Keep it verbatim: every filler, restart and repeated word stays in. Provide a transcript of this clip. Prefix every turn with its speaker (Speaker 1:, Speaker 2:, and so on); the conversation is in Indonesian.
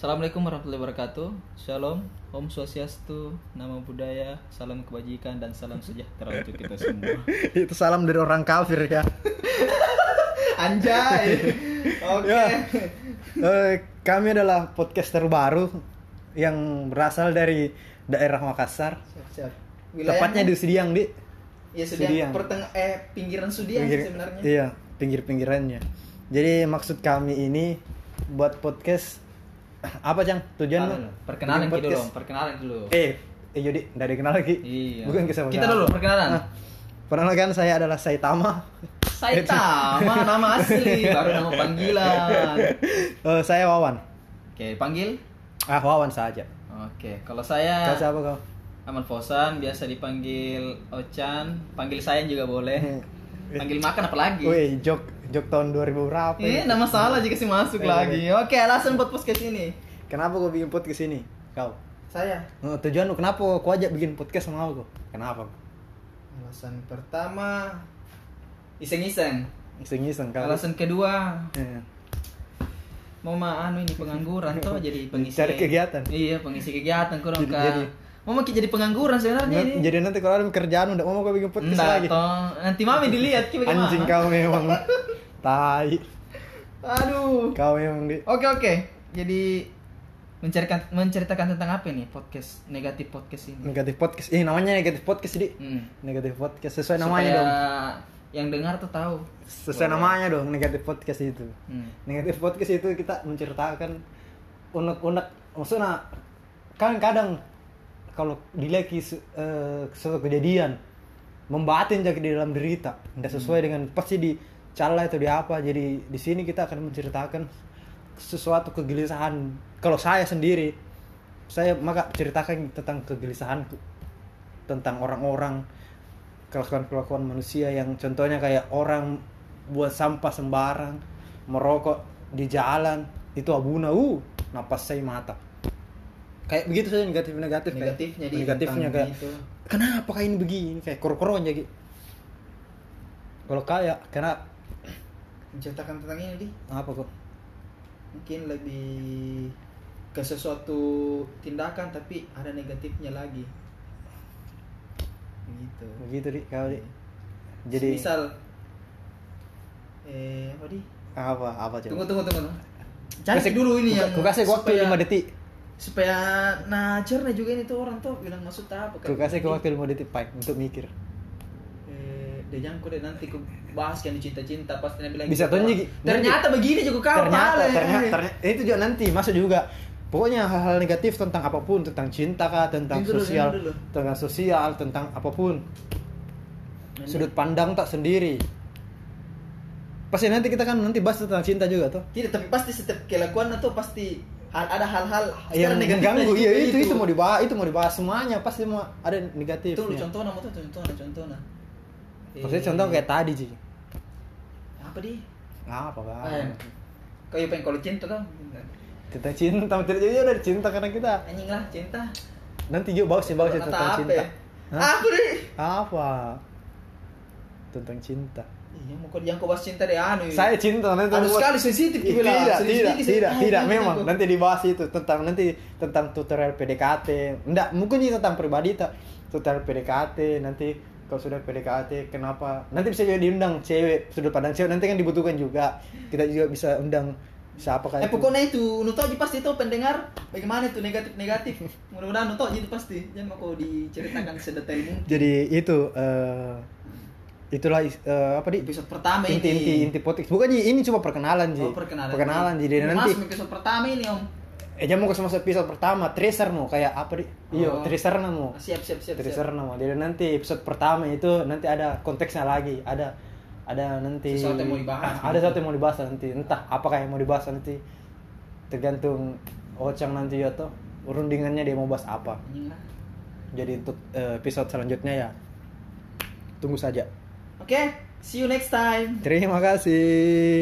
Speaker 1: Assalamualaikum warahmatullahi wabarakatuh. Shalom, Om Swastiastu, Namo Buddhaya, salam kebajikan dan salam sejahtera untuk kita semua.
Speaker 2: Itu salam dari orang kafir ya.
Speaker 1: Anjay. Oke.
Speaker 2: Ya. Eh, kami adalah podcaster baru yang berasal dari daerah Makassar.
Speaker 1: Siap.
Speaker 2: Tepatnya di Sudiang, Di.
Speaker 1: Ya Sudiang.
Speaker 2: Sudiang.
Speaker 1: Perteng eh pinggiran Sudiang
Speaker 2: Pinggir-
Speaker 1: sebenarnya.
Speaker 2: Iya, pinggir-pinggirannya. Jadi maksud kami ini buat podcast apa, Cang? Tujuan
Speaker 1: Anu, perkenalan
Speaker 2: bikin
Speaker 1: dulu,
Speaker 2: podcast.
Speaker 1: perkenalan dulu.
Speaker 2: Eh, eh jadi dari kenal lagi.
Speaker 1: Iya.
Speaker 2: Bukan kisah
Speaker 1: Kita dulu perkenalan.
Speaker 2: Nah, perkenalkan saya adalah Saitama.
Speaker 1: Saitama, nama asli, baru nama panggilan.
Speaker 2: Eh, saya Wawan.
Speaker 1: Oke, panggil.
Speaker 2: Ah, Wawan saja.
Speaker 1: Oke, kalau saya
Speaker 2: Kau siapa kau?
Speaker 1: Aman Fosan, biasa dipanggil Ochan, panggil saya juga boleh. Panggil makan apa lagi?
Speaker 2: Wih, jok jok tahun dua ribu berapa?
Speaker 1: Eh,
Speaker 2: ini?
Speaker 1: nggak masalah jika sih masuk
Speaker 2: Eh,
Speaker 1: lagi. Oke, alasan buat podcast ini.
Speaker 2: Kenapa kau bikin podcast ini? Kau?
Speaker 1: Saya.
Speaker 2: Oh, tujuan lu kenapa kau ajak bikin podcast sama aku? Kenapa?
Speaker 1: Alasan pertama iseng-iseng.
Speaker 2: Iseng-iseng kau.
Speaker 1: Alasan kedua
Speaker 2: Eh,
Speaker 1: mau mah anu ini pengangguran tuh jadi pengisi.
Speaker 2: Cari kegiatan.
Speaker 1: Iya, pengisi kegiatan kurang
Speaker 2: Jadi-
Speaker 1: ka.
Speaker 2: jadi-
Speaker 1: Mau makin jadi pengangguran sebenarnya
Speaker 2: Nah,
Speaker 1: ini.
Speaker 2: jadi nanti kalau ada kerjaan udah mau kau bikin podcast
Speaker 1: Nggak,
Speaker 2: lagi.
Speaker 1: toh. Nanti mami dilihat kita bagaimana.
Speaker 2: Anjing kau memang. Tai.
Speaker 1: Aduh.
Speaker 2: Kau memang di.
Speaker 1: Oke oke. Jadi menceritakan menceritakan tentang apa nih podcast negatif podcast ini?
Speaker 2: Negatif podcast. Ini namanya negatif podcast, Di.
Speaker 1: Hmm.
Speaker 2: Negatif podcast sesuai namanya
Speaker 1: Supaya
Speaker 2: dong.
Speaker 1: yang dengar tuh tahu.
Speaker 2: Sesuai namanya dong, negatif podcast itu.
Speaker 1: Hmm.
Speaker 2: Negatif podcast itu kita menceritakan unek-unek, maksudnya kan kadang kalau dilihat uh, suatu kejadian membatin jadi di dalam derita tidak sesuai
Speaker 1: Hmm.
Speaker 2: dengan pasti di cala itu di apa. Jadi di sini kita akan menceritakan sesuatu kegelisahan. Kalau saya sendiri, saya maka ceritakan tentang kegelisahanku, tentang orang-orang, kelakuan-kelakuan manusia yang contohnya kayak orang buat sampah sembarang, merokok di jalan, itu abuna, uh, napas saya mata. Kayak begitu saja negatif-negatif kayak-
Speaker 1: Negatifnya di
Speaker 2: negatifnya
Speaker 1: tentang
Speaker 2: kayak
Speaker 1: itu.
Speaker 2: kenapa kayak ini begini kayak koro-koronya gitu. Kalau kayak karena
Speaker 1: Menceritakan tentang ini di
Speaker 2: apa kok?
Speaker 1: mungkin lebih ke sesuatu tindakan tapi ada negatifnya lagi. Gitu.
Speaker 2: Begitu di kau di. Jadi
Speaker 1: misal eh apa di?
Speaker 2: apa apa coba?
Speaker 1: Tunggu tunggu tunggu. Cari dulu ini yang
Speaker 2: Ku kasih waktu
Speaker 1: supaya-
Speaker 2: lima detik.
Speaker 1: supaya nah cerna juga ini tuh orang tuh bilang maksud apa
Speaker 2: Ku kasih ke waktu lima detik Pai untuk mikir.
Speaker 1: eh deh jangan deh nanti ku bahas yang cinta-cinta pasti dia bilang
Speaker 2: Bisa
Speaker 1: gitu.
Speaker 2: tuh, Nyi.
Speaker 1: Ternyata begini juga kau
Speaker 2: ternyata,
Speaker 1: pale.
Speaker 2: ternyata, ternyata itu juga nanti masuk juga. Pokoknya hal-hal negatif tentang apapun, tentang cinta kah, tentang
Speaker 1: Ini dulu,
Speaker 2: sosial,
Speaker 1: ini dulu.
Speaker 2: tentang sosial, tentang apapun.
Speaker 1: Ini.
Speaker 2: Sudut pandang tak sendiri. Pasti nanti kita kan nanti bahas tentang cinta juga tuh.
Speaker 1: Tidak, tapi pasti setiap kelakuan itu pasti hal, ada hal-hal
Speaker 2: Yang
Speaker 1: secara negatifnya
Speaker 2: mengganggu,
Speaker 1: juga
Speaker 2: iya itu itu mau dibahas, itu mau dibahas semuanya pasti mau ada negatifnya.
Speaker 1: Tuh contohnya mau tuh contohnya contohnya.
Speaker 2: Maksudnya
Speaker 1: Eh,
Speaker 2: contoh kayak tadi sih.
Speaker 1: apa di?
Speaker 2: Apa bang?
Speaker 1: Eh, kau yang pengen kalau cinta kan?
Speaker 2: Tentang cinta, tidak jadi udah cinta karena kita.
Speaker 1: Anjing lah cinta.
Speaker 2: Nanti juga bahas sih bahas
Speaker 1: Kata
Speaker 2: tentang
Speaker 1: apa
Speaker 2: cinta.
Speaker 1: ya?
Speaker 2: Hah?
Speaker 1: Aku deh.
Speaker 2: Apa? Tentang cinta.
Speaker 1: Iya, mau kau yang kau bahas cinta deh anu.
Speaker 2: Saya cinta nanti
Speaker 1: Anu
Speaker 2: buat-
Speaker 1: sekali sensitif
Speaker 2: Ih,
Speaker 1: bilang.
Speaker 2: tidak,
Speaker 1: Sensitif
Speaker 2: tidak,
Speaker 1: sedikit,
Speaker 2: tidak,
Speaker 1: ah,
Speaker 2: tidak,
Speaker 1: jangan,
Speaker 2: memang
Speaker 1: jangan.
Speaker 2: nanti dibahas itu tentang nanti tentang tutorial P D K T. Enggak, mungkin ini tentang pribadi tak. Tutorial P D K T nanti kalau sudah P D K T kenapa? Nanti bisa juga diundang cewek, sudut pandang cewek nanti kan dibutuhkan juga. Kita juga bisa undang siapa
Speaker 1: Eh
Speaker 2: kayak itu.
Speaker 1: pokoknya itu, nu tahu pasti itu pendengar bagaimana itu negatif-negatif. Mudah-mudahan nu tahu itu pasti. Jangan mau kau diceritakan sedetail mungkin.
Speaker 2: Jadi itu eh, itulah is- eh, apa di
Speaker 1: Episode pertama
Speaker 2: inti inti
Speaker 1: ini.
Speaker 2: inti podcast. Bukan ini, ini cuma perkenalan sih.
Speaker 1: Oh, perkenalan.
Speaker 2: Perkenalan jadi
Speaker 1: Ini
Speaker 2: nanti
Speaker 1: masuk episode pertama ini, Om.
Speaker 2: eh jangan mau ke semasa episode pertama tracer mau kayak apa di iya
Speaker 1: Oh.
Speaker 2: tracer mau
Speaker 1: Ah, Siap, siap, siap.
Speaker 2: tracer
Speaker 1: siap.
Speaker 2: mau jadi nanti episode pertama itu nanti ada konteksnya lagi ada ada nanti
Speaker 1: Sesuatu yang mau dibahas.
Speaker 2: ada sesuatu yang mau dibahas nanti entah apakah yang mau dibahas nanti tergantung Ocang nanti ya tuh rundingannya dia mau bahas apa.
Speaker 1: Anjing lah.
Speaker 2: Jadi untuk eh, episode selanjutnya ya tunggu saja.
Speaker 1: Oke, see you next time.
Speaker 2: Terima kasih.